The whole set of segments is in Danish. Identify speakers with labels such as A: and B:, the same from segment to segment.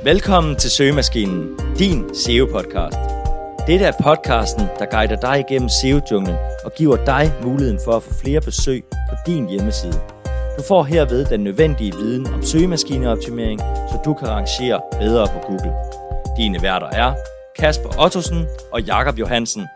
A: Velkommen til Søgemaskinen, din SEO-podcast. Dette er podcasten, der guider dig igennem SEO-junglen og giver dig muligheden for at få flere besøg på din hjemmeside. Du får herved den nødvendige viden om søgemaskineoptimering, så du kan rangere bedre på Google. Dine værter er Kasper Ottosen og Jakob Johansen.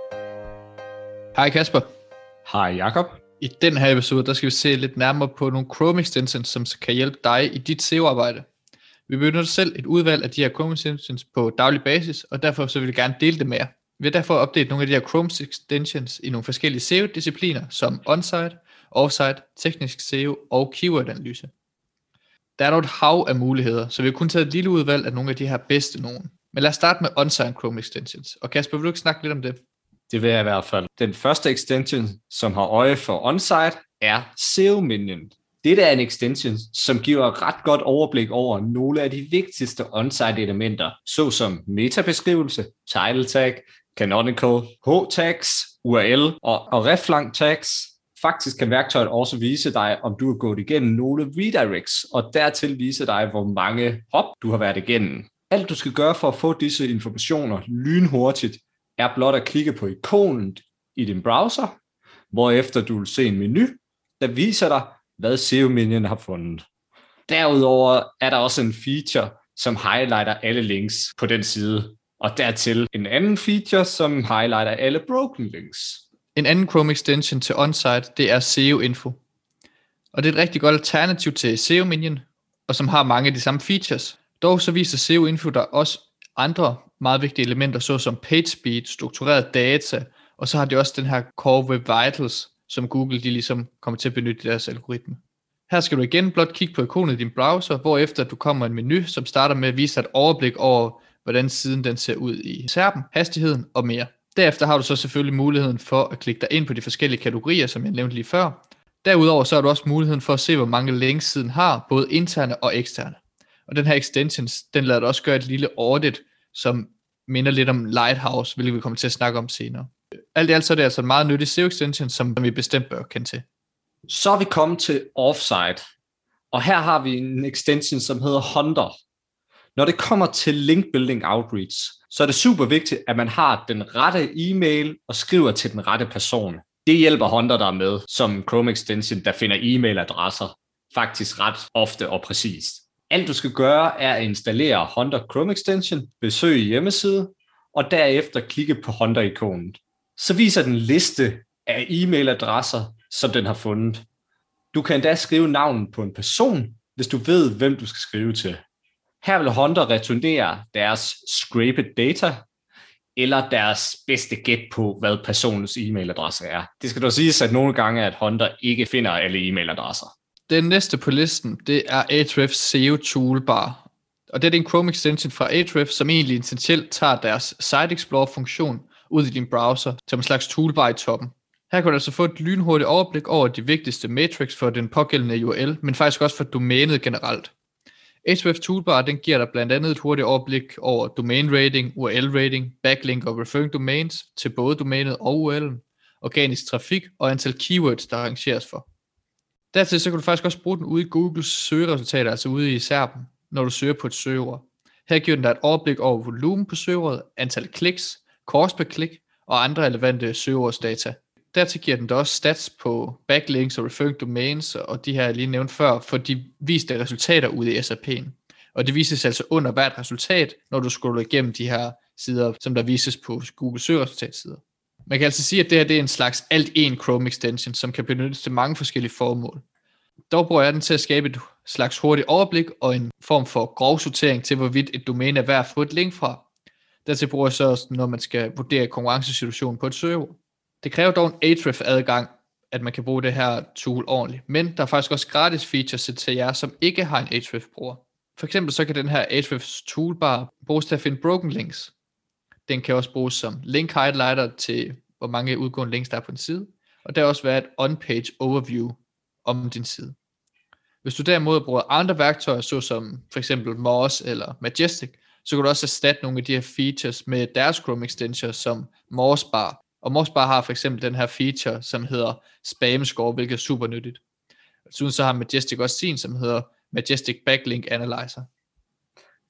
B: Hej Kasper.
C: Hej Jakob.
B: I den her episode, der skal vi se lidt nærmere på nogle Chrome extensions, som kan hjælpe dig i dit SEO-arbejde. Vi benytter selv et udvalg af de her Chrome extensions på daglig basis, og derfor så vil vi gerne dele det med jer. Vi har derfor opdelt nogle af de her Chrome extensions i nogle forskellige SEO-discipliner, som on-site, off-site, teknisk SEO og keyword-analyse. Der er dog et hav af muligheder, så vi har kun taget et lille udvalg af nogle af de her bedste nogen. Men lad os starte med on-site Chrome extensions. Og Kasper, vil du ikke snakke lidt om det?
C: Det vil jeg i hvert fald. Den første extension, som har øje for on-site, er SEO Minion. Dette er en extension, som giver et ret godt overblik over nogle af de vigtigste on-site elementer, såsom metabeskrivelse, title tag, canonical, h-tags, URL og reflang tags. Faktisk kan værktøjet også vise dig, om du har gået igennem nogle redirects, og dertil vise dig, hvor mange hop du har været igennem. Alt du skal gøre for at få disse informationer lynhurtigt, er blot at klikke på ikonet i din browser, hvorefter du vil se en menu, der viser dig, hvad SEO Minion har fundet. Derudover er der også en feature, som highlighter alle links på den side, og dertil en anden feature, som highlighter alle broken links.
B: En anden Chrome extension til on-site, det er SEO Info. Og det er et rigtig godt alternativ til SEO Minion, og som har mange af de samme features. Dog så viser SEO Info der også andre meget vigtige elementer, såsom page speed, struktureret data, og så har det også den her Core Web Vitals, som Google de ligesom kommer til at benytte i deres algoritme. Her skal du igen blot kigge på ikonet i din browser, hvorefter du kommer en menu, som starter med at vise dig et overblik over, hvordan siden den ser ud i SERP'en, hastigheden og mere. Derefter har du så selvfølgelig muligheden for at klikke dig ind på de forskellige kategorier, som jeg nævnte lige før. Derudover så har du også muligheden for at se, hvor mange links siden har, både interne og eksterne. Og den her extensions, den lader dig også gøre et lille audit, som minder lidt om Lighthouse, hvilket vi kommer til at snakke om senere. Alt i alt så er det altså en meget nyttig SEO extension, som vi bestemt bør kende til.
C: Så er vi kommet til offsite, og her har vi en extension, som hedder Hunter. Når det kommer til link building outreach, så er det super vigtigt, at man har den rette e-mail og skriver til den rette person. Det hjælper Hunter dig med, som Chrome extension, der finder e-mailadresser faktisk ret ofte og præcist. Alt du skal gøre er at installere Hunter Chrome extension, besøge hjemmeside, og derefter klikke på Hunter-ikonet. Så viser den liste af e-mailadresser, som den har fundet. Du kan endda skrive navnet på en person, hvis du ved, hvem du skal skrive til. Her vil Hunter returnere deres scraped data, eller deres bedste gæt på, hvad personens e-mailadresse er. Det skal dog siges, at nogle gange, at Hunter ikke finder alle e-mailadresser.
B: Den næste på listen, det er Ahrefs SEO Toolbar. Og det er en Chrome extension fra Ahrefs, som egentlig essentielt tager deres Site Explorer-funktion ud i din browser som en slags toolbar i toppen. Her kan du altså få et lynhurtigt overblik over de vigtigste metrics for den pågældende URL, men faktisk også for domænet generelt. Ahrefs Toolbar den giver dig blandt andet et hurtigt overblik over domain rating, URL rating, backlink og referring domains til både domænet og URL'en, organisk trafik og antal keywords, der rangeres for. Dertil så kan du faktisk også bruge den ude i Googles søgeresultater, altså ude i SERP'en, når du søger på et søgeord. Her giver den dig et overblik over volumen på søgeordet, antal kliks, cost per klik og andre relevante søgeordsdata. Dertil giver den dig også stats på backlinks og referring domains og de her jeg lige nævnt før, for de viste resultater ude i SERP'en. Og det vises altså under hvert resultat, når du scroller igennem de her sider, som der vises på Google søgeresultatsider. Man kan altså sige, at det her det er en slags alt-en Chrome extension, som kan benyttes til mange forskellige formål. Dog bruger jeg den til at skabe et slags hurtigt overblik og en form for grov sortering til, hvorvidt et domæne er værd at få et link fra. Dertil bruger jeg så også, når man skal vurdere konkurrencesituationen på et søgeord. Det kræver dog en Ahrefs adgang, at man kan bruge det her tool ordentligt. Men der er faktisk også gratis features til jer, som ikke har en Ahrefs bruger. For eksempel så kan den her Ahrefs toolbar bruges til at finde broken links. Den kan også bruges som link highlighter til, hvor mange udgående links der er på en side. Og der er også være et on-page overview om din side. Hvis du derimod bruger andre værktøjer, såsom for eksempel Moz eller Majestic, så kan du også erstatte nogle af de her features med deres Chrome extensions som Mozbar. Og Mozbar har for eksempel den her feature, som hedder Spam Score, hvilket er super nyttigt. Desuden så har Majestic også sin, som hedder Majestic Backlink Analyzer.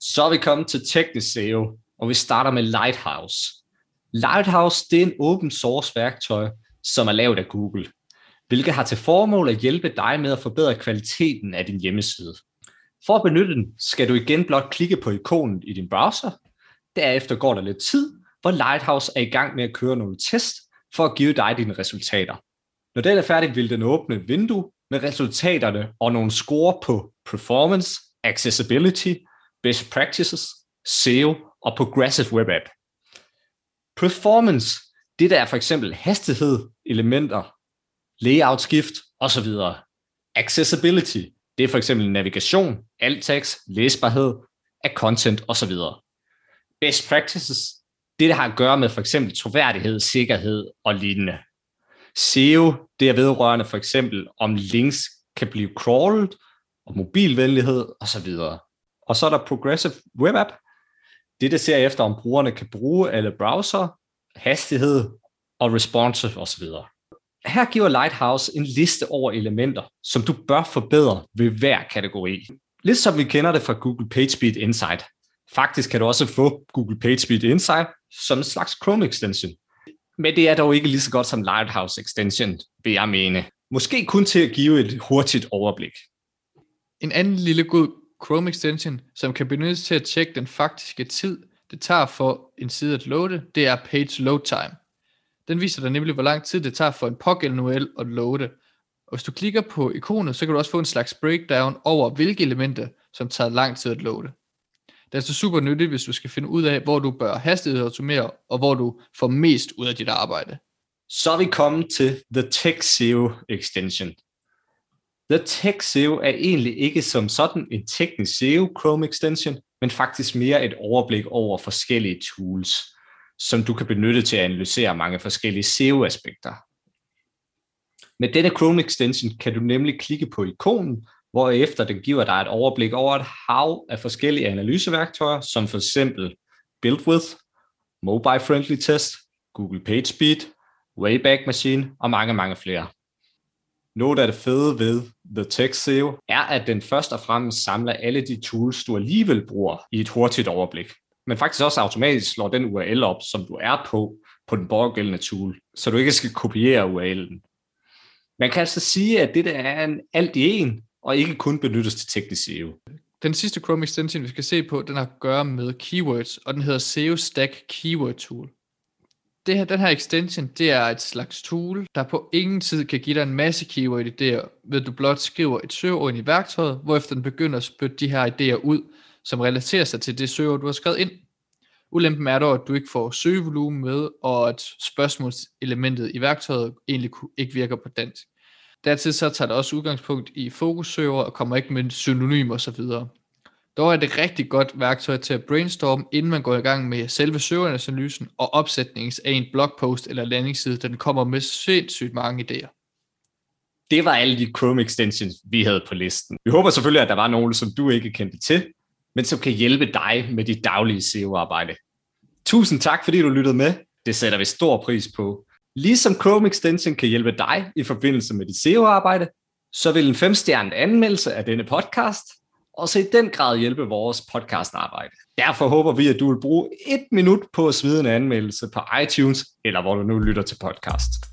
C: Så er vi kommet til teknisk SEO, og vi starter med Lighthouse. Lighthouse, det er en open source værktøj, som er lavet af Google, hvilket har til formål at hjælpe dig med at forbedre kvaliteten af din hjemmeside. For at benytte den, skal du igen blot klikke på ikonet i din browser. Derefter går der lidt tid, hvor Lighthouse er i gang med at køre nogle test for at give dig dine resultater. Når den er færdig, vil den åbne et vindue med resultaterne og nogle score på performance, accessibility, best practices, SEO og progressive web app. Performance, det der er for eksempel hastighed, elementer, layout-skift osv. Accessibility, det er for eksempel navigation, alt-tekst, læsbarhed af content osv. Best practices, det der har at gøre med for eksempel troværdighed, sikkerhed og lignende. SEO, det er vedrørende for eksempel om links kan blive crawlet, og mobilvenlighed osv. Og så er der progressive web app, det ser efter om brugerne kan bruge alle browser, hastighed og responsive osv. Her giver Lighthouse en liste over elementer, som du bør forbedre ved hver kategori. Lidt som vi kender det fra Google PageSpeed Insight. Faktisk kan du også få Google PageSpeed Insight som en slags Chrome extension. Men det er dog ikke lige så godt som Lighthouse extension, vil jeg mene. Måske kun til at give et hurtigt overblik.
B: En anden lille god Chrome extension, som kan benyttes til at tjekke den faktiske tid, det tager for en side at loade, det er Page Load Time. Den viser dig nemlig, hvor lang tid det tager for en pågældende URL at loade. Og hvis du klikker på ikonet, så kan du også få en slags breakdown over, hvilke elementer, som tager lang tid at loade. Det er altså super nyttigt, hvis du skal finde ud af, hvor du bør hastighedsautomere, og hvor du får mest ud af dit arbejde.
C: Så er vi kommet til The Text SEO extension. The Text SEO er egentlig ikke som sådan en teknisk SEO Chrome extension, men faktisk mere et overblik over forskellige tools, som du kan benytte til at analysere mange forskellige SEO-aspekter. Med denne Chrome extension kan du nemlig klikke på ikonen, hvorefter den giver dig et overblik over et hav af forskellige analyseværktøjer, som for eksempel BuildWith, Mobile Friendly Test, Google PageSpeed, Wayback Machine og mange flere. Noget af det fede ved The Text SEO er, at den først og fremmest samler alle de tools, du alligevel bruger i et hurtigt overblik. Men faktisk også automatisk slår den URL op, som du er på den pågældende tool, så du ikke skal kopiere URL'en. Man kan altså sige, at det er en alt i en, og ikke kun benyttes til teknisk SEO.
B: Den sidste Chrome extension, vi skal se på, den har at gøre med keywords, og den hedder SEO Stack Keyword Tool. Den her extension, det er et slags tool, der på ingen tid kan give dig en masse keyword idéer, ved at du blot skriver et søgeord ind i værktøjet, hvorefter den begynder at spytte de her idéer ud, som relaterer sig til det søgeord, du har skrevet ind. Ulempen er dog, at du ikke får søgevolumen med, og at spørgsmålselementet i værktøjet egentlig ikke virker på dansk. Dertil så tager det også udgangspunkt i fokussøger og kommer ikke med synonymer osv. Dog er det rigtig godt værktøj til at brainstorme, inden man går i gang med selve søgeanalysen og opsætningen af en blogpost eller landingsside, der den kommer med sindssygt mange idéer.
C: Det var alle de Chrome extensions, vi havde på listen. Vi håber selvfølgelig, at der var nogle, som du ikke kendte til, men som kan hjælpe dig med dit daglige SEO-arbejde. Tusind tak, fordi du lyttede med. Det sætter vi stor pris på. Ligesom Chrome extension kan hjælpe dig i forbindelse med dit SEO-arbejde, så vil en 5-stjernet anmeldelse af denne podcast også i den grad hjælpe vores podcastarbejde. Derfor håber vi, at du vil bruge 1 minut på at smide en anmeldelse på iTunes, eller hvor du nu lytter til podcast.